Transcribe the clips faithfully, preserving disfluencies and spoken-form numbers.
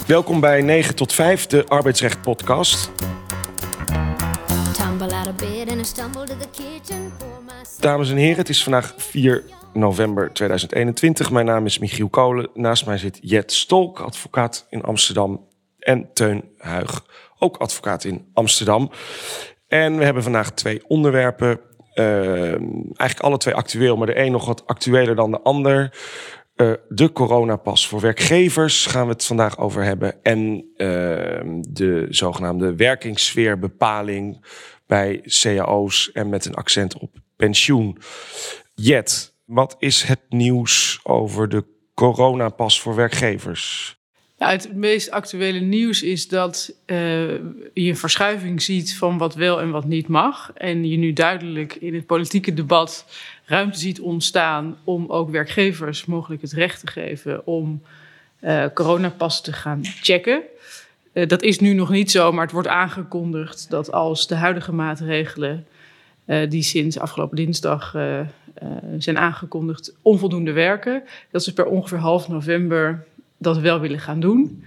Welkom bij negen tot vijf, de arbeidsrecht podcast. Dames en heren, het is vandaag vier november tweeduizend eenentwintig. Mijn naam is Michiel Kolen. Naast mij zit Jet Stolk, advocaat in Amsterdam. En Teun Huig, ook advocaat in Amsterdam. En we hebben vandaag twee onderwerpen. Uh, eigenlijk alle twee actueel, maar de een nog wat actueler dan de ander. Uh, de coronapas voor werkgevers gaan we het vandaag over hebben. En uh, de zogenaamde werkingssfeerbepaling bij C A O's en met een accent op pensioen. Jet, wat is het nieuws over de coronapas voor werkgevers? Ja, het meest actuele nieuws is dat uh, je een verschuiving ziet van wat wel en wat niet mag. En je nu duidelijk in het politieke debat ruimte ziet ontstaan om ook werkgevers mogelijk het recht te geven om uh, coronapas te gaan checken. Uh, dat is nu nog niet zo, maar het wordt aangekondigd dat als de huidige maatregelen uh, die sinds afgelopen dinsdag uh, uh, zijn aangekondigd onvoldoende werken, dat ze per ongeveer half november dat wel willen gaan doen.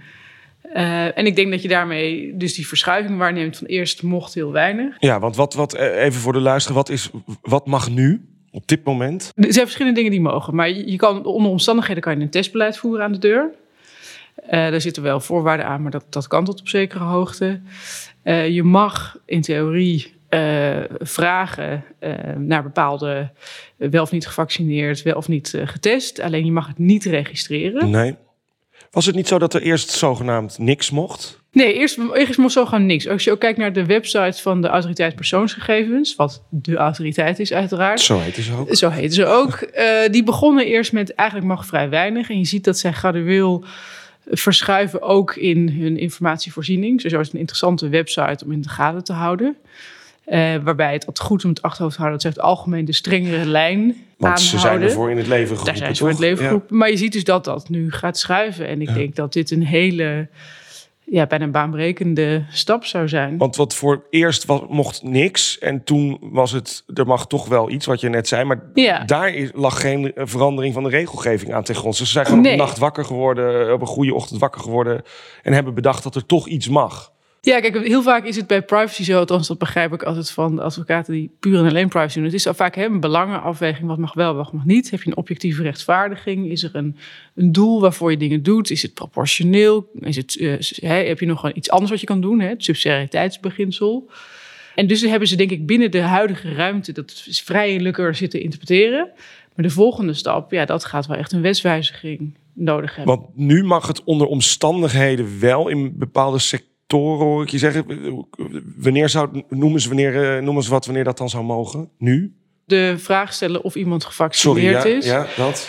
Uh, en ik denk dat je daarmee dus die verschuiving waarneemt van eerst mocht heel weinig. Ja, want wat, wat even voor de luisteraar, wat, is, wat mag nu op dit moment? Er zijn verschillende dingen die mogen. Maar je kan, onder omstandigheden kan je een testbeleid voeren aan de deur. Uh, daar zitten wel voorwaarden aan, maar dat, dat kan tot op zekere hoogte. Uh, je mag in theorie uh, vragen uh, naar bepaalde uh, wel of niet gevaccineerd, wel of niet uh, getest. Alleen je mag het niet registreren. Nee. Was het niet zo dat er eerst zogenaamd niks mocht? Nee, eerst, eerst mocht zo gewoon niks. Als je ook kijkt naar de website van de Autoriteit Persoonsgegevens, wat de autoriteit is uiteraard. Zo heet ze ook. Zo heet ze ook. Uh, die begonnen eerst met eigenlijk mag vrij weinig. En je ziet dat zij gradueel verschuiven ook in hun informatievoorziening. Zo is het een interessante website om in de gaten te houden. Uh, waarbij het altijd goed om het achterhoofd te houden dat ze het algemeen de strengere lijn Want aanhouden. ze zijn ervoor in het leven geroepen. Daar zijn ze voor in het leven geroepen. Ja. Maar je ziet dus dat dat nu gaat schuiven. En ik ja. denk dat dit een hele, ja, bijna een baanbrekende stap zou zijn. Want wat voor eerst was, mocht niks. En toen was het, er mag toch wel iets, wat je net zei. Maar ja. daar is, lag geen verandering van de regelgeving aan tegen ons. Dus ze zijn gewoon nee. op een nacht wakker geworden, op een goede ochtend wakker geworden. En hebben bedacht dat er toch iets mag. Ja, kijk, heel vaak is het bij privacy zo, althans dat begrijp ik altijd van de advocaten die puur en alleen privacy doen. Het is vaak hè, een belangenafweging, wat mag wel, wat mag niet. Heb je een objectieve rechtvaardiging? Is er een, een doel waarvoor je dingen doet? Is het proportioneel? Is het, uh, hè, heb je nog iets anders wat je kan doen? Hè? Het subsidiariteitsbeginsel. En dus hebben ze denk ik binnen de huidige ruimte dat vrijelijker zitten interpreteren. Maar de volgende stap, ja, dat gaat wel echt een wetswijziging nodig hebben. Want nu mag het onder omstandigheden wel in bepaalde sectoren, hoor ik je zeggen. Wanneer zou noemen ze wanneer noemen ze wat wanneer dat dan zou mogen? Nu? De vraag stellen of iemand gevaccineerd Sorry, ja, is. Ja, dat.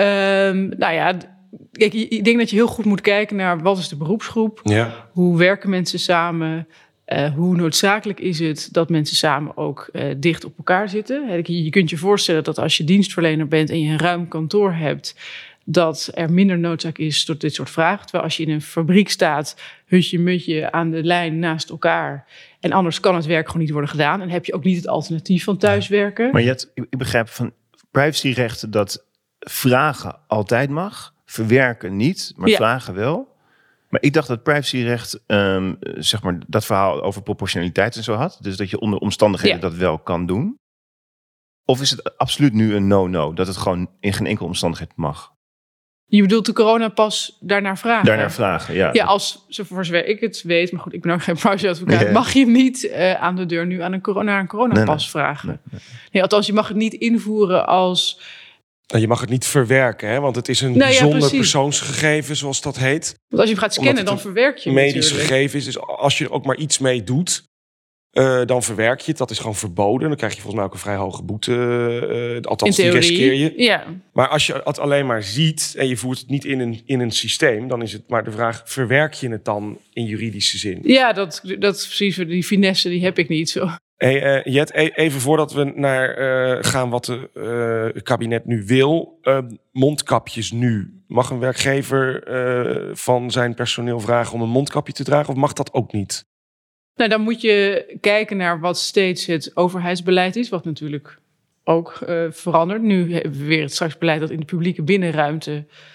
Um, nou ja, kijk, ik denk dat je heel goed moet kijken naar wat is de beroepsgroep? Ja. Hoe werken mensen samen? Uh, hoe noodzakelijk is het dat mensen samen ook uh, dicht op elkaar zitten? Je kunt je voorstellen dat als je dienstverlener bent en je een ruim kantoor hebt, dat er minder noodzaak is tot dit soort vragen. Terwijl als je in een fabriek staat, hutje-mutje aan de lijn naast elkaar, en anders kan het werk gewoon niet worden gedaan, en heb je ook niet het alternatief van thuiswerken. Maar Jet, ik begrijp van privacyrechten dat vragen altijd mag, verwerken niet, maar ja. vragen wel. Maar ik dacht dat privacyrecht, um, zeg maar, dat verhaal over proportionaliteit en zo had. Dus dat je onder omstandigheden ja. dat wel kan doen. Of is het absoluut nu een no-no, dat het gewoon in geen enkele omstandigheid mag? Je bedoelt de coronapas daarnaar vragen? Daarnaar vragen, ja. Ja, als, voor zover ik het weet, maar goed, ik ben ook geen privacyadvocaat, yeah. mag je niet uh, aan de deur nu aan een, corona, een coronapas nee, nee. vragen. Nee, nee. Nee, althans, je mag het niet invoeren als... Je mag het niet verwerken, hè? Want het is een nou, bijzonder ja, persoonsgegeven, zoals dat heet. Want als je hem gaat scannen, dan verwerk je het medisch natuurlijk. gegeven is. Dus als je er ook maar iets mee doet, uh, dan verwerk je het. Dat is gewoon verboden. Dan krijg je volgens mij ook een vrij hoge boete. Uh, althans, die riskeer je. Ja. Maar als je het alleen maar ziet en je voert het niet in een, in een systeem, dan is het maar de vraag, verwerk je het dan in juridische zin? Ja, dat, dat precies. Die finesse, die heb ik niet zo. Hey, uh, Jet, even voordat we naar uh, gaan wat het uh, kabinet nu wil. Uh, mondkapjes nu. Mag een werkgever uh, van zijn personeel vragen om een mondkapje te dragen? Of mag dat ook niet? Nou, dan moet je kijken naar wat steeds het overheidsbeleid is. Wat natuurlijk ook uh, verandert. Nu hebben we weer het straks beleid dat in de publieke binnenruimte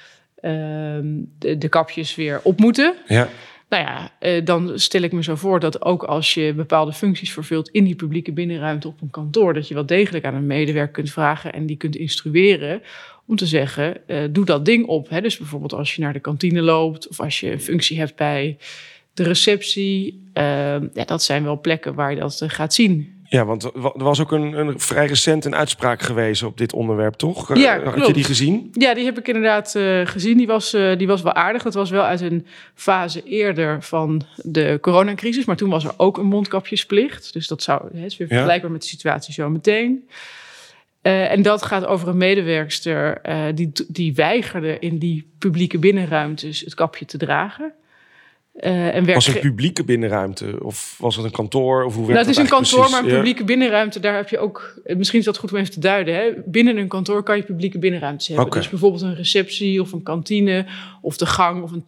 de, de kapjes weer op moeten. Ja. Nou ja, uh, dan stel ik me zo voor dat ook als je bepaalde functies vervult in die publieke binnenruimte op een kantoor, dat je wel degelijk aan een medewerker kunt vragen en die kunt instrueren om te zeggen, uh, doe dat ding op. Hè? Dus bijvoorbeeld als je naar de kantine loopt of als je een functie hebt bij de receptie. Uh, ja, dat zijn wel plekken waar je dat uh, gaat zien. Ja, want er was ook een, een vrij recent een uitspraak gewezen op dit onderwerp, toch? Ja, Had klopt. je die gezien? Ja, die heb ik inderdaad uh, gezien. Die was, uh, die was wel aardig. Dat was wel uit een fase eerder van de coronacrisis. Maar toen was er ook een mondkapjesplicht. Dus dat zou, hè, is weer vergelijkbaar ja. met de situatie zo meteen. Uh, en dat gaat over een medewerkster uh, die, die weigerde in die publieke binnenruimtes het kapje te dragen. Uh, en was het een publieke binnenruimte? Of was het een kantoor? Of hoe werkt nou, het is een kantoor, precies? maar een publieke ja. binnenruimte, daar heb je ook... Misschien is dat goed om even te duiden. Hè? Binnen een kantoor kan je publieke binnenruimtes hebben. Okay. Dus bijvoorbeeld een receptie of een kantine of de gang of een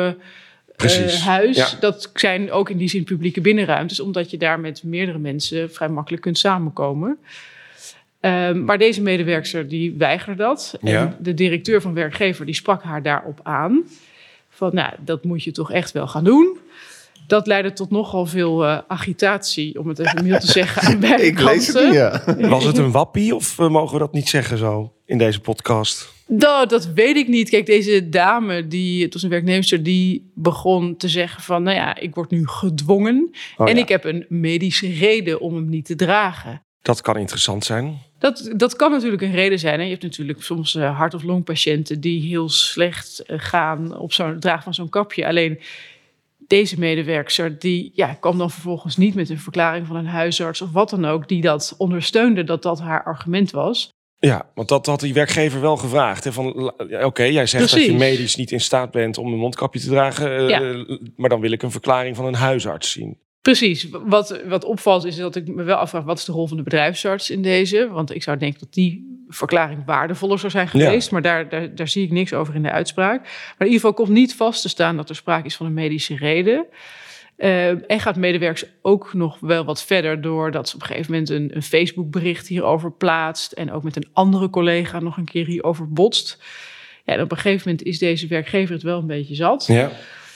trappenhuis. Uh, ja. Dat zijn ook in die zin publieke binnenruimtes, omdat je daar met meerdere mensen vrij makkelijk kunt samenkomen. Uh, maar deze medewerkster die weigerde dat. Ja. En de directeur van werkgever die sprak haar daarop aan. Van, nou, dat moet je toch echt wel gaan doen. Dat leidde tot nogal veel uh, agitatie, om het even mild te zeggen, aan beide Ik kanten. lees het niet, ja. Was het een wappie of uh, mogen we dat niet zeggen zo in deze podcast? Nou, dat weet ik niet. Kijk, deze dame, die, het was een werknemster, die begon te zeggen van, nou ja, ik word nu gedwongen. Oh, en ja. ik heb een medische reden om hem niet te dragen. Dat kan interessant zijn. Dat, dat kan natuurlijk een reden zijn. Hè. Je hebt natuurlijk soms uh, hart- of longpatiënten die heel slecht uh, gaan op zo'n draag van zo'n kapje. Alleen deze medewerkster die ja, kwam dan vervolgens niet met een verklaring van een huisarts of wat dan ook, die dat ondersteunde dat dat haar argument was. Ja, want dat had die werkgever wel gevraagd. Hè? Van, oké, okay, jij zegt Precies. dat je medisch niet in staat bent om een mondkapje te dragen, uh, ja. maar dan wil ik een verklaring van een huisarts zien. Precies. Wat, wat opvalt is dat ik me wel afvraag, wat is de rol van de bedrijfsarts in deze? Want ik zou denken dat die verklaring waardevoller zou zijn geweest. Ja. Maar daar, daar, daar zie ik niks over in de uitspraak. Maar in ieder geval komt niet vast te staan dat er sprake is van een medische reden. Uh, en gaat medewerkers ook nog wel wat verder doordat ze op een gegeven moment een, een Facebook-bericht hierover plaatst. En ook met een andere collega nog een keer hierover botst. Ja, en op een gegeven moment is deze werkgever het wel een beetje zat. Ja.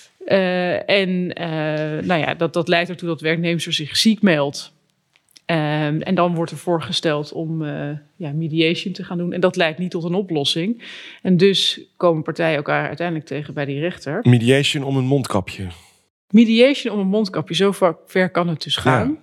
Uh, en uh, nou ja, dat, dat leidt ertoe dat werknemster zich ziek meldt. Uh, en dan wordt er voorgesteld om uh, ja, mediation te gaan doen. En dat leidt niet tot een oplossing. En dus komen partijen elkaar uiteindelijk tegen bij die rechter. Mediation om een mondkapje. Mediation om een mondkapje, zo ver kan het dus gaan.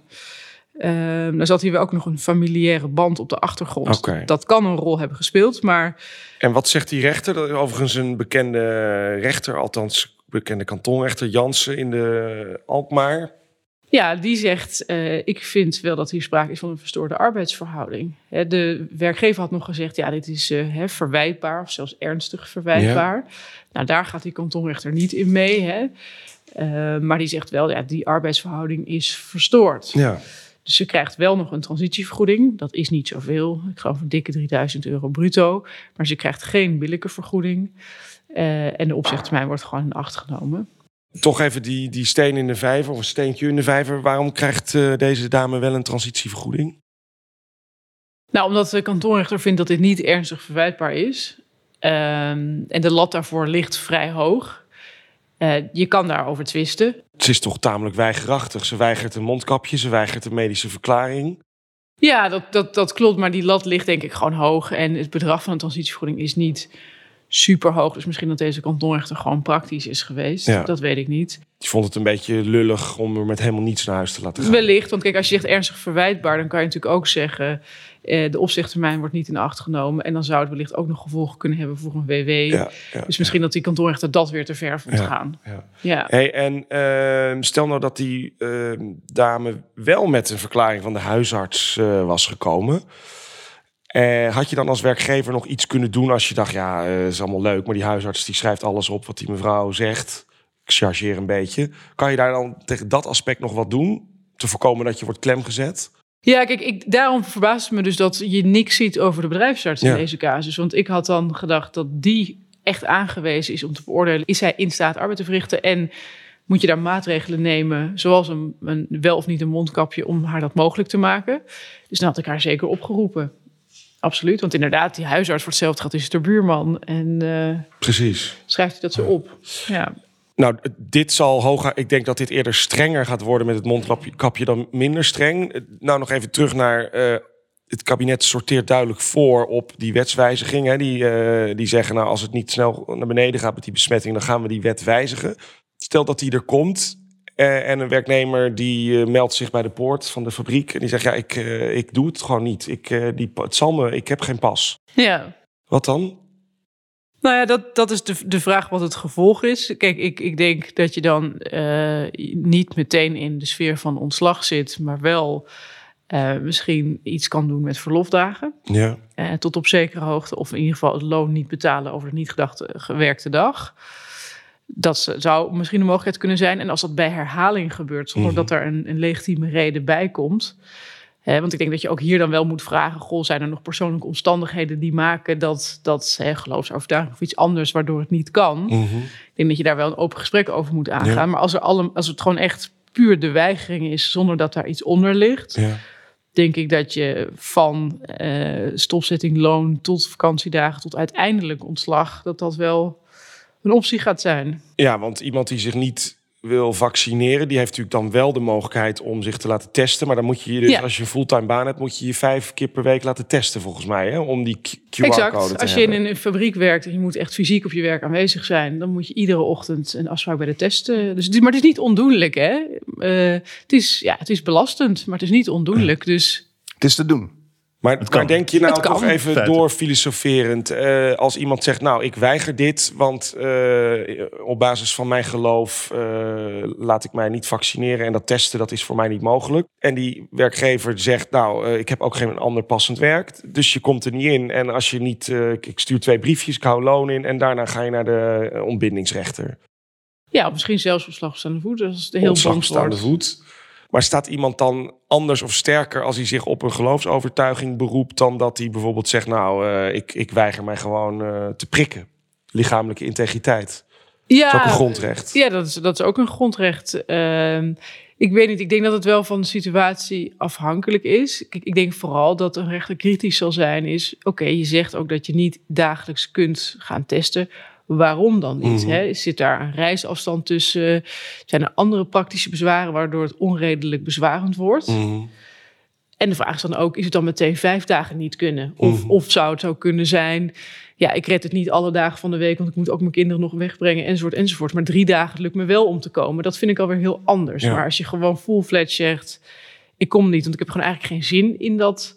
Ja. Uh, dan zat hier ook nog een familiaire band op de achtergrond. Okay. Dat kan een rol hebben gespeeld, maar... En wat zegt die rechter? Overigens een bekende rechter, althans bekende kantonrechter Jansen in de Alkmaar. Ja, die zegt, uh, ik vind wel dat hier sprake is van een verstoorde arbeidsverhouding. Hè, de werkgever had nog gezegd, ja, dit is uh, hè, verwijtbaar of zelfs ernstig verwijtbaar. Ja. Nou, daar gaat die kantonrechter niet in mee. Hè. Uh, maar die zegt wel, ja, die arbeidsverhouding is verstoord. Ja. Dus ze krijgt wel nog een transitievergoeding. Dat is niet zoveel. Ik geloof een dikke drieduizend euro bruto. Maar ze krijgt geen billijke vergoeding. Uh, en de opzegtermijn wordt gewoon in acht genomen. Toch even die, die steen in de vijver, of een steentje in de vijver. Waarom krijgt uh, deze dame wel een transitievergoeding? Nou, omdat de kantonrechter vindt dat dit niet ernstig verwijtbaar is. Um, en de lat daarvoor ligt vrij hoog. Uh, je kan daarover twisten. Het is toch tamelijk weigerachtig. Ze weigert een mondkapje, ze weigert een medische verklaring. Ja, dat, dat, dat klopt. Maar die lat ligt denk ik gewoon hoog. En het bedrag van een transitievergoeding is niet super hoog. Dus misschien dat deze kantonrechter gewoon praktisch is geweest. Ja. Dat weet ik niet. Je vond het een beetje lullig om er met helemaal niets naar huis te laten gaan. Wellicht, want kijk, als je zegt ernstig verwijtbaar, dan kan je natuurlijk ook zeggen, eh, de opzegtermijn wordt niet in acht genomen. En dan zou het wellicht ook nog gevolgen kunnen hebben voor een W W. Ja, ja, dus misschien ja. dat die kantonrechter dat weer te ver vond ja, gaan. Ja. Ja. Hey, en uh, stel nou dat die uh, dame wel met een verklaring van de huisarts uh, was gekomen. Uh, had je dan als werkgever nog iets kunnen doen als je dacht, ja, uh, is allemaal leuk, maar die huisarts die schrijft alles op wat die mevrouw zegt. Ik chargeer een beetje. Kan je daar dan tegen dat aspect nog wat doen? Te voorkomen dat je wordt klemgezet? Ja, kijk, ik, daarom verbaast het me dus dat je niks ziet over de bedrijfsarts in ja. deze casus. Want ik had dan gedacht dat die echt aangewezen is om te beoordelen, is hij in staat arbeid te verrichten en moet je daar maatregelen nemen, zoals een, een wel of niet een mondkapje, om haar dat mogelijk te maken. Dus dan had ik haar zeker opgeroepen. Absoluut, want inderdaad, die huisarts voor hetzelfde gaat is de buurman. En uh, Precies. schrijft hij dat zo op. Ja. Nou, dit zal hoger. Ik denk dat dit eerder strenger gaat worden met het mondkapje dan minder streng. Nou, nog even terug naar uh, het kabinet sorteert duidelijk voor op die wetswijziging. Hè. Die, uh, die zeggen, nou, als het niet snel naar beneden gaat met die besmetting, dan gaan we die wet wijzigen. Stel dat die er komt. Uh, en een werknemer die uh, meldt zich bij de poort van de fabriek. En die zegt, ja, ik, uh, ik doe het gewoon niet. Ik, uh, die, het zal me, ik heb geen pas. Ja. Wat dan? Nou ja, dat, dat is de, de vraag wat het gevolg is. Kijk, ik, ik denk dat je dan uh, niet meteen in de sfeer van ontslag zit, maar wel uh, misschien iets kan doen met verlofdagen. Ja. Uh, tot op zekere hoogte, of in ieder geval het loon niet betalen over de niet gedachte gewerkte dag. Dat zou misschien een mogelijkheid kunnen zijn. En als dat bij herhaling gebeurt, zonder mm-hmm. dat er een, een legitieme reden bij komt. Hè, want ik denk dat je ook hier dan wel moet vragen, goh, zijn er nog persoonlijke omstandigheden die maken dat, dat hè, geloofsovertuiging of iets anders, waardoor het niet kan. Mm-hmm. Ik denk dat je daar wel een open gesprek over moet aangaan. Ja. Maar als, er alle, als het gewoon echt puur de weigering is, zonder dat daar iets onder ligt, ja. denk ik dat je van uh, stopzetting loon tot vakantiedagen tot uiteindelijk ontslag, dat dat wel een optie gaat zijn. Ja, want iemand die zich niet wil vaccineren, die heeft natuurlijk dan wel de mogelijkheid om zich te laten testen. Maar dan moet je je dus, ja. als je een fulltime baan hebt, moet je je vijf keer per week laten testen, volgens mij, hè, om die Q R-code exact. te Als hebben. je in een fabriek werkt en je moet echt fysiek op je werk aanwezig zijn, dan moet je iedere ochtend een afspraak bij de test. Dus, maar het is niet ondoenlijk, hè? Uh, het is, ja, het is belastend, maar het is niet ondoenlijk. Dus het is te doen. Maar, maar denk je nou toch even feiten. doorfilosoferend, uh, als iemand zegt, nou, ik weiger dit, want uh, op basis van mijn geloof uh, laat ik mij niet vaccineren en dat testen, dat is voor mij niet mogelijk. En die werkgever zegt, nou, uh, ik heb ook geen ander passend werk, dus je komt er niet in. En als je niet, uh, ik stuur twee briefjes, ik hou loon in en daarna ga je naar de uh, ontbindingsrechter. Ja, of misschien zelfs op slag op staande voet, als het heel Ontslag op staande voet. Maar staat iemand dan anders of sterker als hij zich op een geloofsovertuiging beroept dan dat hij bijvoorbeeld zegt, nou, uh, ik, ik weiger mij gewoon uh, te prikken. Lichamelijke integriteit. Ja, dat is ook een grondrecht. Ja, dat is, dat is ook een grondrecht. Uh, ik weet niet, ik denk dat het wel van de situatie afhankelijk is. Kijk, ik denk vooral dat een rechter kritisch zal zijn is, oké, okay, je zegt ook dat je niet dagelijks kunt gaan testen. Waarom dan niet? Mm-hmm. Hè? Zit daar een reisafstand tussen? Zijn er andere praktische bezwaren waardoor het onredelijk bezwarend wordt? Mm-hmm. En de vraag is dan ook, is het dan meteen vijf dagen niet kunnen? Of, mm-hmm. of zou het zo kunnen zijn, ja, ik red het niet alle dagen van de week, want ik moet ook mijn kinderen nog wegbrengen, enzovoort, enzovoort. Maar drie dagen lukt me wel om te komen. Dat vind ik alweer heel anders. Ja. Maar als je gewoon full-fledged zegt, ik kom niet, want ik heb gewoon eigenlijk geen zin in dat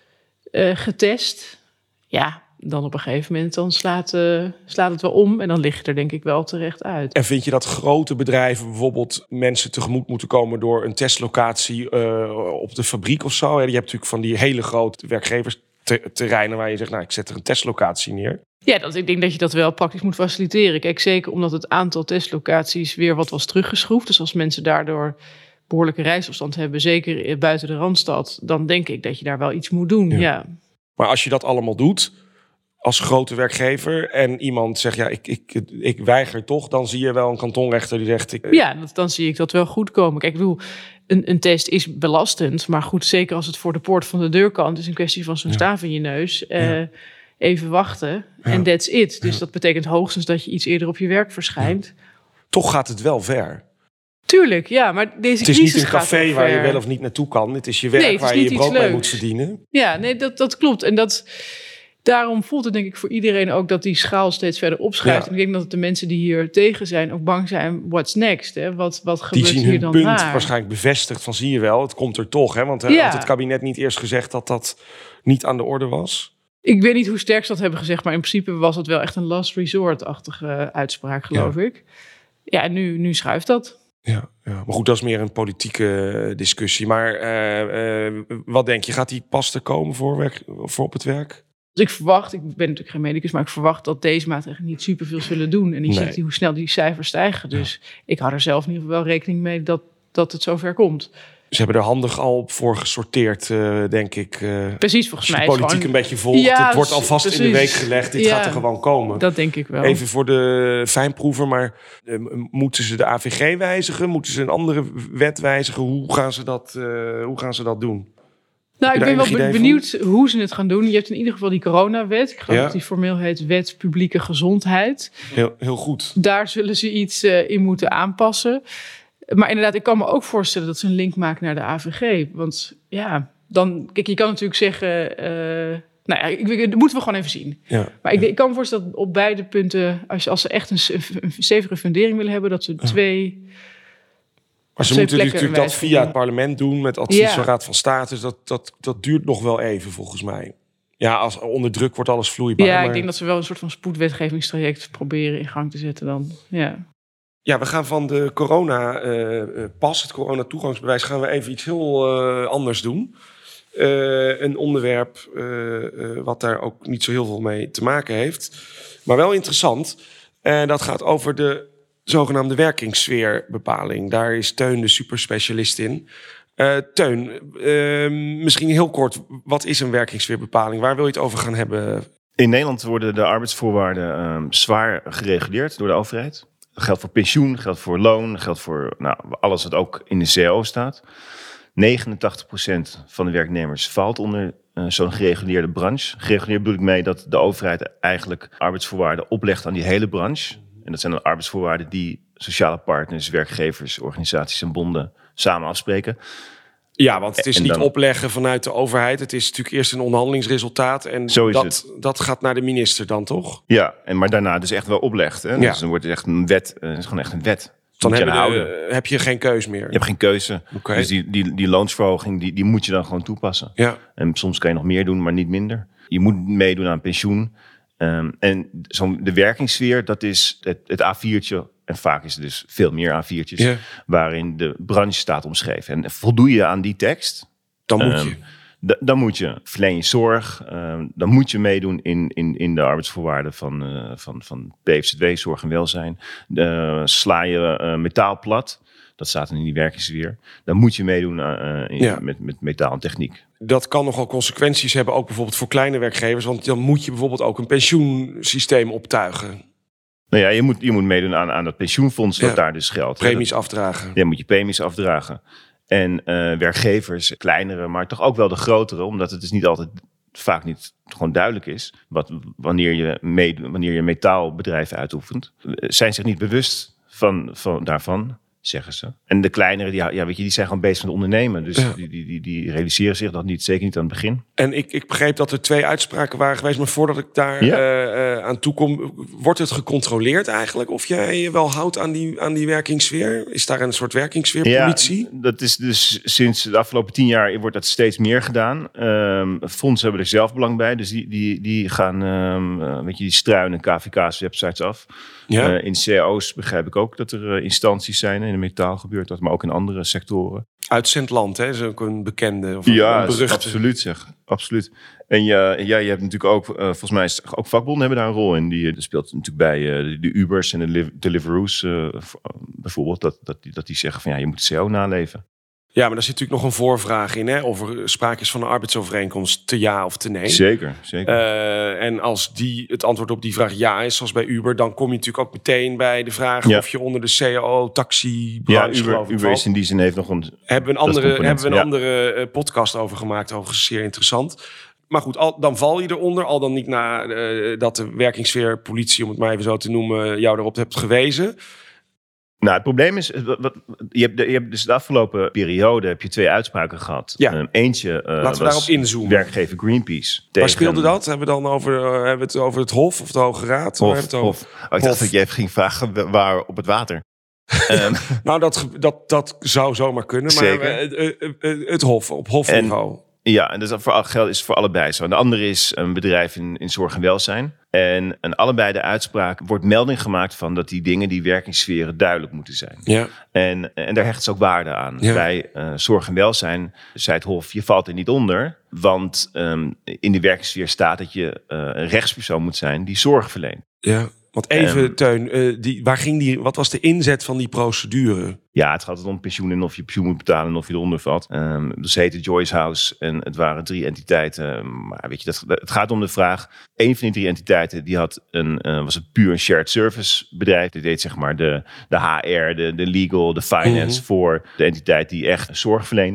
uh, getest. Ja, dan op een gegeven moment dan slaat, uh, slaat het wel om. En dan lig je er denk ik wel terecht uit. En vind je dat grote bedrijven bijvoorbeeld mensen tegemoet moeten komen door een testlocatie uh, op de fabriek of zo? Je hebt natuurlijk van die hele grote werkgeversterreinen waar je zegt, nou, ik zet er een testlocatie neer. Ja, dat, ik denk dat je dat wel praktisch moet faciliteren. Kijk, zeker omdat het aantal testlocaties weer wat was teruggeschroefd. Dus als mensen daardoor behoorlijke reisafstand hebben, zeker buiten de Randstad, dan denk ik dat je daar wel iets moet doen. Ja. Ja. Maar als je dat allemaal doet als grote werkgever en iemand zegt, ja, ik, ik, ik weiger toch, dan zie je wel een kantonrechter die zegt, ik, ja, dat, dan zie ik dat wel goed komen. Kijk, ik bedoel, een, een test is belastend, maar goed, zeker als het voor de poort van de deur kan, het is een kwestie van zo'n ja. staaf in je neus, uh, ja. even wachten en ja. that's it. Dus ja. dat betekent hoogstens dat je iets eerder op je werk verschijnt. Ja. Toch gaat het wel ver. Tuurlijk, ja, maar deze crisis. Het is niet een café waar je ver. wel of niet naartoe kan. Het is je werk nee, waar je je brood mee moet verdienen. Ja, nee, dat, dat klopt. En dat, daarom voelt het denk ik voor iedereen ook dat die schaal steeds verder opschuift. Ja. En ik denk dat de mensen die hier tegen zijn ook bang zijn, what's next? Hè? Wat, wat gebeurt hier dan Die zien hun punt naar? Waarschijnlijk bevestigd van, zie je wel, het komt er toch. Hè? Want ja. had het kabinet niet eerst gezegd dat dat niet aan de orde was? Ik weet niet hoe sterk ze dat hebben gezegd, maar in principe was het wel echt een last resort-achtige uitspraak, geloof ja. ik. Ja, en nu, nu schuift dat. Ja, ja, maar goed, dat is meer een politieke discussie. Maar uh, uh, wat denk je, gaat die pas er komen voor, werk, voor op het werk? Dus ik verwacht, ik ben natuurlijk geen medicus, maar ik verwacht dat deze maatregelen niet superveel zullen doen. En je nee. ziet hoe snel die cijfers stijgen. Dus ja. ik hou er zelf in ieder geval wel rekening mee dat, dat het zover komt. Ze hebben er handig al voor gesorteerd, uh, denk ik. Uh, precies, volgens mij. Als je de politiek gewoon een beetje volgt, ja, het wordt alvast precies. in de week gelegd. Dit ja, gaat er gewoon komen. Dat denk ik wel. Even voor de fijnproever, maar uh, moeten ze de A V G wijzigen? Moeten ze een andere wet wijzigen? Hoe gaan ze dat, uh, hoe gaan ze dat doen? Nou, ik ben wel be- benieuwd van? hoe ze het gaan doen. Je hebt in ieder geval die coronawet. Ik geloof Ja. dat die formeel heet Wet Publieke Gezondheid. Heel, heel goed. Daar zullen ze iets uh, in moeten aanpassen. Maar inderdaad, ik kan me ook voorstellen dat ze een link maken naar de A V G. Want ja, dan... Kijk, je kan natuurlijk zeggen... Uh, nou ja, ik, ik, dat moeten we gewoon even zien. Ja. Maar ik, ik kan me voorstellen dat op beide punten... Als, je, als ze echt een, een stevige fundering willen hebben... dat ze twee... Maar ze twee moeten plekken natuurlijk dat via het parlement doen met advies Ja. van Raad van State. Dus dat, dat, dat duurt nog wel even, volgens mij. Ja, als onder druk wordt alles vloeibaar. Ja, maar... ik denk dat ze wel een soort van spoedwetgevingstraject proberen in gang te zetten dan. Ja. Ja, we gaan van de corona-pas, uh, het corona-toegangsbewijs, gaan we even iets heel uh, anders doen. Uh, een onderwerp uh, uh, wat daar ook niet zo heel veel mee te maken heeft. Maar wel interessant. En dat gaat over de zogenaamde werkingssfeerbepaling. Daar is Teun de superspecialist in. Uh, Teun, uh, misschien heel kort, wat is een werkingssfeerbepaling? Waar wil je het over gaan hebben? In Nederland worden de arbeidsvoorwaarden um, zwaar gereguleerd door de overheid. Dat geldt voor pensioen, geldt voor loon, geldt voor nou, alles wat ook in de C A O staat. negenentachtig procent van de werknemers valt onder uh, zo'n gereguleerde branche. Gereguleerd bedoel ik mee dat de overheid eigenlijk arbeidsvoorwaarden oplegt aan die hele branche. En dat zijn dan arbeidsvoorwaarden die sociale partners, werkgevers, organisaties en bonden samen afspreken. Ja, want het is en niet dan, opleggen vanuit de overheid. Het is natuurlijk eerst een onderhandelingsresultaat. En Zo is dat, het. dat gaat naar de minister dan, toch? Ja, en maar daarna dus echt wel oplegt. Hè? Ja. Dus dan wordt het echt een wet. Het is gewoon echt een wet. Dan Moet je heb je, aan houden. de, heb je geen keus meer. Je hebt geen keuze. Okay. Dus die, die, die loonsverhoging, die, die moet je dan gewoon toepassen. Ja. En soms kan je nog meer doen, maar niet minder. Je moet meedoen aan pensioen. Um, en zo'n, de werkingssfeer, dat is het, het A viertje. En vaak is het dus veel meer A viertjes. Ja. Waarin de branche staat omschreven. En voldoe je aan die tekst... Dan moet um, je. D- dan moet je verleen je zorg. Um, dan moet je meedoen in, in, in de arbeidsvoorwaarden van, uh, van, van P V Z W, zorg en welzijn. Uh, sla je uh, metaal plat. Dat staat in die werkingssfeer. Dan moet je meedoen uh, in, Ja. met, met metaal en techniek. Dat kan nogal consequenties hebben, ook bijvoorbeeld voor kleine werkgevers. Want dan moet je bijvoorbeeld ook een pensioensysteem optuigen. Nou ja, je moet, je moet meedoen aan, aan dat pensioenfonds dat Ja. daar dus geldt. Premies Dat, afdragen. ja, moet je premies afdragen. En uh, werkgevers, kleinere, maar toch ook wel de grotere, omdat het dus niet altijd vaak niet gewoon duidelijk is wat, wanneer, je mee, wanneer je metaalbedrijven uitoefent, zijn zich niet bewust van, van daarvan, zeggen ze. En de kleinere, die, ja, weet je, die zijn gewoon bezig met ondernemen. Dus Ja. die, die, die, die realiseren zich dat niet, zeker niet aan het begin. En ik, ik begreep dat er twee uitspraken waren geweest. Maar voordat ik daar Ja. uh, uh, aan toe kom, wordt het gecontroleerd eigenlijk? Of jij je wel houdt aan die, aan die werkingssfeer? Is daar een soort werkingssfeerpolitie? Ja, dat is dus sinds de afgelopen tien jaar wordt dat steeds meer gedaan. Um, fondsen hebben er zelf belang bij. Dus die, die, die gaan, um, uh, weet je, die struinen K V K's websites af. Ja. Uh, in C A O's begrijp ik ook dat er uh, instanties zijn. In de metaal gebeurt dat, maar ook in andere sectoren. Uitzendland, hè? Dat is ook een bekende of een, Ja, een beruchte. absoluut zeg. Absoluut. En ja, ja, je hebt natuurlijk ook, uh, volgens mij is ook vakbonden hebben daar een rol in. Die, die speelt natuurlijk bij uh, de Ubers en de li- Deliveroo's uh, bijvoorbeeld. Dat, dat, die, dat die zeggen van ja, je moet de C A O naleven. Ja, maar daar zit natuurlijk nog een voorvraag in, hè? Of er sprake is van een arbeidsovereenkomst, te ja of te nee. Zeker, zeker. Uh, en als die, het antwoord op die vraag ja is, zoals bij Uber, dan kom je natuurlijk ook meteen bij de vraag Ja. of je onder de C A O, taxi, Ja, branche, Uber, geloof ik, Uber valt. is in die zin heeft nog een... Hebben we een dat andere, component, hebben we een ja. andere uh, podcast over gemaakt, overigens zeer interessant. Maar goed, al, dan val je eronder, al dan niet na uh, dat de werkingssfeer, politie, om het maar even zo te noemen, jou erop hebt gewezen. Nou, het probleem is, wat, wat, je, hebt de, je hebt dus de afgelopen periode heb je twee uitspraken gehad. Ja. Um, eentje uh, Laten we was daarop inzoomen. werkgever Greenpeace. Waar tegen- speelde dat? Hebben we dan over, uh, hebben we het over het Hof of de Hoge Raad? Waar Hof, hebben we het over? Hof. Oh, ik dacht Hof. dat je even ging vragen waar op het water. um, Nou, dat, ge- dat, dat zou zomaar kunnen, maar Zeker. uh, uh, uh, uh, het Hof, op hofniveau. Ja, en dat is voor, al- geld is voor allebei zo. En de andere is een bedrijf in, in zorg en welzijn. En aan allebei de uitspraak wordt melding gemaakt van dat die dingen, die werkingssferen, duidelijk moeten zijn. Ja. En, en daar hecht ze ook waarde aan. Ja. Bij uh, zorg en welzijn zei het Hof, je valt er niet onder. Want um, in de werkingssfeer staat dat je uh, een rechtspersoon moet zijn die zorg verleent. Ja, want even, Ehm, Teun, uh, die, waar ging die, wat was de inzet van die procedure? Ja, het gaat om pensioen en of je pensioen moet betalen en of je eronder valt. Um, dus ze heette Joyce House en het waren drie entiteiten. Maar weet je, dat, het gaat om de vraag. Een van die drie entiteiten die had een, uh, was het puur een shared service bedrijf. Die deed zeg maar de, de H R, de, de legal, de finance Mhm. voor de entiteit die echt zorg verleende.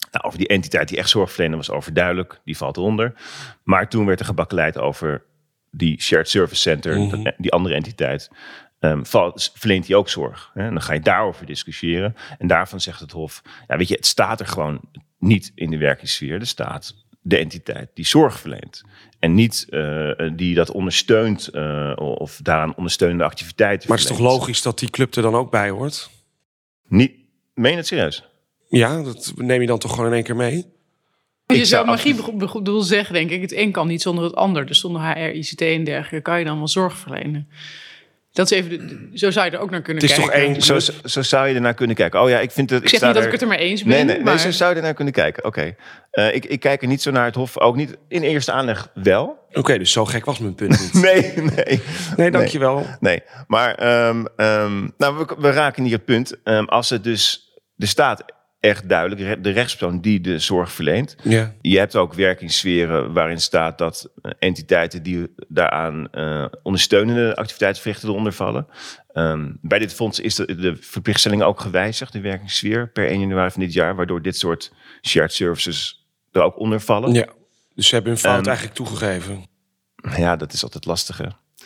Nou, over die entiteit die echt zorgverlener was overduidelijk, die valt eronder. Maar toen werd er gebakkeleid over die shared service center, mm-hmm. die andere entiteit. Um, valt, verleent hij ook zorg. Hè? En dan ga je daarover discussiëren. En daarvan zegt het Hof, ja, weet je, het staat er gewoon niet in de werkingssfeer. Er staat de entiteit die zorg verleent. En niet uh, die dat ondersteunt uh, of daaraan ondersteunende activiteiten Maar het is toch logisch dat die club er dan ook bij hoort? Niet, meen je het serieus? Ja, dat neem je dan toch gewoon in één keer mee? Je ik zou magie bedoel zeggen, denk ik. Het een kan niet zonder het ander. Dus zonder H R, I C T en dergelijke kan je dan wel zorg verlenen. Dat is even de, zo zou je er ook naar kunnen het is kijken. Toch één, zo, zo, zo zou je ernaar kunnen kijken. Oh ja, ik vind het. Ik, ik zeg niet er... dat ik het er maar eens ben. Nee, nee, maar... nee zo zou je ernaar kunnen kijken. Oké. Okay. Uh, ik, ik kijk er niet zo naar het Hof. Ook niet in eerste aanleg wel. Oké, okay, dus zo gek was mijn punt niet. nee, nee. Nee, dankjewel. Nee, nee. maar um, um, nou, we, we raken hier het punt. Um, als het dus de staat echt duidelijk, de rechtspersoon die de zorg verleent. Ja. Je hebt ook werkingssferen waarin staat dat entiteiten die daaraan uh, ondersteunende activiteiten verrichten eronder vallen. Um, bij dit fonds is de, de verplichtstelling ook gewijzigd, de werkingssfeer, per één januari van dit jaar, waardoor dit soort shared services er ook onder vallen. Ja, dus ze hebben hun fout um, eigenlijk toegegeven. Ja, dat is altijd lastig, hè.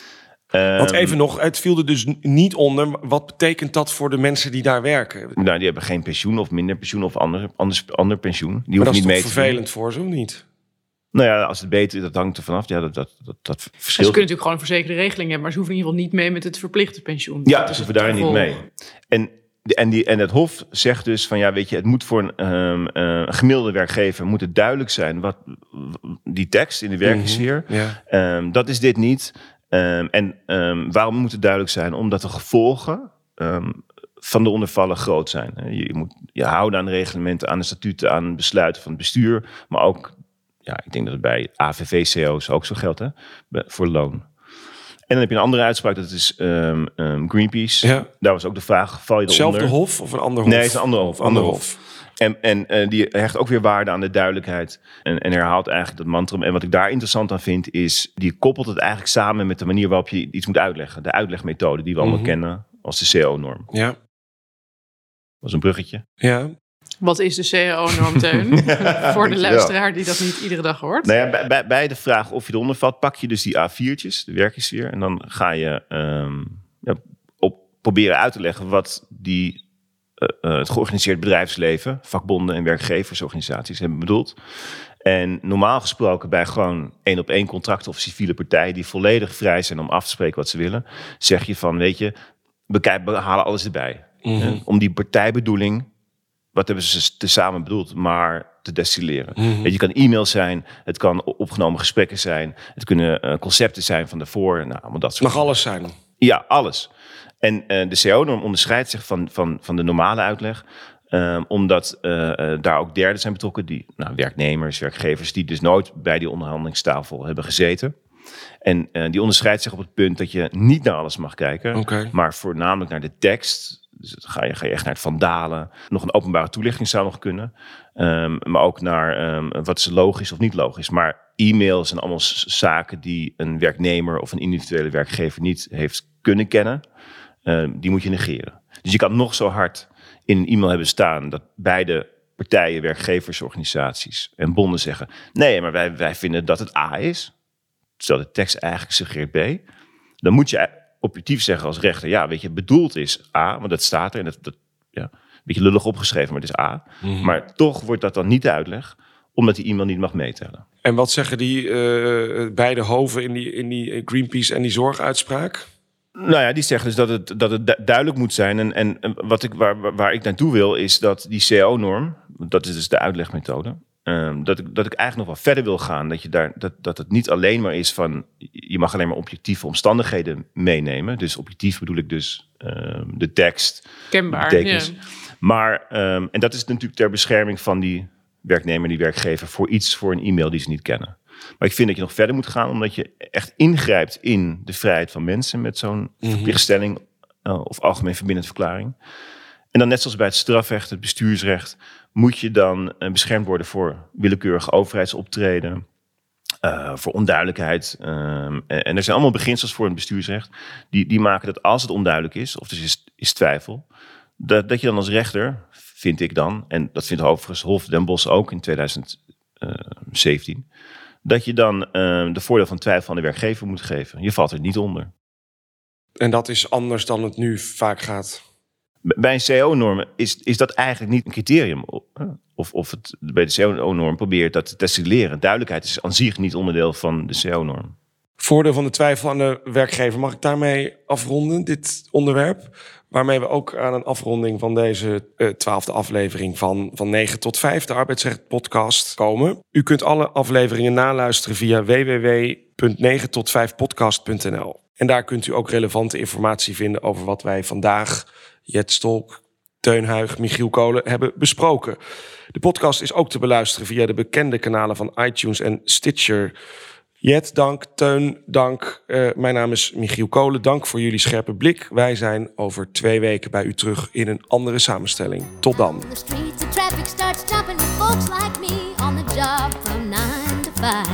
Want even nog, het viel er dus niet onder. Wat betekent dat voor de mensen die daar werken? Nou, die hebben geen pensioen of minder pensioen of ander, ander, ander pensioen. Die maar dat niet is mee toch vervelend voor ze, of niet? Nou ja, als het beter, dat hangt er vanaf. Ja, dat, dat, dat, dat verschilt. Ze kunnen natuurlijk gewoon een verzekerde regeling hebben, maar ze hoeven in ieder geval niet mee met het verplichte pensioen. Ja, dat ze is hoeven daar niet mee. En, en, die, en het Hof zegt dus van ja, weet je, het moet voor een um, uh, gemiddelde werkgever moet het duidelijk zijn wat die tekst in de werkingssfeer. Mm-hmm, yeah. um, dat is dit niet. Um, en um, waarom moet het duidelijk zijn? Omdat de gevolgen um, van de ondervallen groot zijn. Je, je moet je houden aan de reglementen, aan de statuten, aan besluiten van het bestuur. Maar ook, ja, ik denk dat het bij A V V-C O's ook zo geldt, hè, voor loon. En dan heb je een andere uitspraak, dat is um, um, Greenpeace. Ja. Daar was ook de vraag, val je eronder? Hetzelfde hof of een ander hof? Nee, het is een ander hof. Ander hof. hof. En, en uh, die hecht ook weer waarde aan de duidelijkheid. En, en herhaalt eigenlijk dat mantra. En wat ik daar interessant aan vind, is die koppelt het eigenlijk samen met de manier waarop je iets moet uitleggen. De uitlegmethode die we allemaal mm-hmm. kennen als de C O-norm. Ja. Dat was een bruggetje. Ja. Wat is de C O-norm, Teun? Voor de luisteraar die dat niet iedere dag hoort. Nou ja, bij, bij, bij de vraag of je eronder valt, pak je dus die A viertjes, de werkingssfeer. En dan ga je um, ja, op, proberen uit te leggen wat die... Uh, uh, het georganiseerd bedrijfsleven, vakbonden en werkgeversorganisaties hebben bedoeld. En normaal gesproken bij gewoon één op één contracten of civiele partijen die volledig vrij zijn om af te spreken wat ze willen, zeg je van, weet je, bekijk, we halen alles erbij. Mm-hmm. Uh, om die partijbedoeling, wat hebben ze tezamen bedoeld, maar te destilleren. Mm-hmm. Weet je, het kan e-mail zijn, het kan opgenomen gesprekken zijn, het kunnen uh, concepten zijn van daarvoor. Nou, allemaal dat soort mag alles zijn. Ja, alles. En uh, de C O-norm onderscheidt zich van, van, van de normale uitleg. Um, omdat uh, uh, daar ook derden zijn betrokken. Die, nou, werknemers, werkgevers die dus nooit bij die onderhandelingstafel hebben gezeten. En uh, die onderscheidt zich op het punt dat je niet naar alles mag kijken. Okay. Maar voornamelijk naar de tekst. Dus dan ga je, ga je echt naar het vandalen. Nog een openbare toelichting zou nog kunnen. Um, maar ook naar um, wat is logisch of niet logisch. Maar e-mails zijn allemaal zaken die een werknemer of een individuele werkgever niet heeft kunnen kennen. Uh, die moet je negeren. Dus je kan nog zo hard in een e-mail hebben staan dat beide partijen, werkgeversorganisaties en bonden zeggen, nee, maar wij, wij vinden dat het A is, terwijl de tekst eigenlijk suggereert B. Dan moet je objectief zeggen als rechter, ja, weet je, bedoeld is A, want dat staat er en dat, dat ja, een beetje lullig opgeschreven, maar het is A. Mm-hmm. Maar toch wordt dat dan niet de uitleg, omdat die e-mail niet mag meetellen. En wat zeggen die uh, beide hoven in die, in die Greenpeace en die zorguitspraak? Nou ja, die zeggen dus dat het, dat het duidelijk moet zijn. En, en wat ik, waar, waar ik naartoe wil, is dat die C O-norm, dat is dus de uitlegmethode, um, dat, ik, dat ik eigenlijk nog wel verder wil gaan. Dat, je daar, dat, dat het niet alleen maar is van, je mag alleen maar objectieve omstandigheden meenemen. Dus objectief bedoel ik dus um, de tekst. Kenbaar, ja. Maar, um, en dat is natuurlijk ter bescherming van die werknemer, die werkgever, voor iets, voor een e-mail die ze niet kennen. Maar ik vind dat je nog verder moet gaan, omdat je echt ingrijpt in de vrijheid van mensen met zo'n mm-hmm. verplichtstelling uh, of algemeen verbindende verklaring. En dan net zoals bij het strafrecht, het bestuursrecht, moet je dan uh, beschermd worden voor willekeurige overheidsoptreden, uh, voor onduidelijkheid. Uh, en er zijn allemaal beginsels voor het bestuursrecht die, die maken dat als het onduidelijk is, of er is, is twijfel, Dat, dat je dan als rechter, vind ik dan, en dat vindt overigens Hof Den Bosch ook in tweeduizend zeventien... dat je dan uh, de voordeel van twijfel aan de werkgever moet geven. Je valt er niet onder. En dat is anders dan het nu vaak gaat. Bij een C A O-norm is, is dat eigenlijk niet een criterium. Of, of het bij de C A O-norm probeert dat te testilleren. Duidelijkheid is aan zich niet onderdeel van de C A O-norm. Voordeel van de twijfel aan de werkgever. Mag ik daarmee afronden, dit onderwerp? Waarmee we ook aan een afronding van deze uh, twaalfde aflevering van, van negen tot vijf, de Arbeidsrecht podcast, komen. U kunt alle afleveringen naluisteren via w w w punt negen tot vijf podcast punt n l. En daar kunt u ook relevante informatie vinden over wat wij vandaag, Jet Stolk, Teun Huig, Michiel Kolen, hebben besproken. De podcast is ook te beluisteren via de bekende kanalen van iTunes en Stitcher. Jet, dank. Teun, dank. Uh, mijn naam is Michiel Kolen. Dank voor jullie scherpe blik. Wij zijn over twee weken bij u terug in een andere samenstelling. Tot dan. The streets of traffic starts jumping with folks like me on the job from nine to five.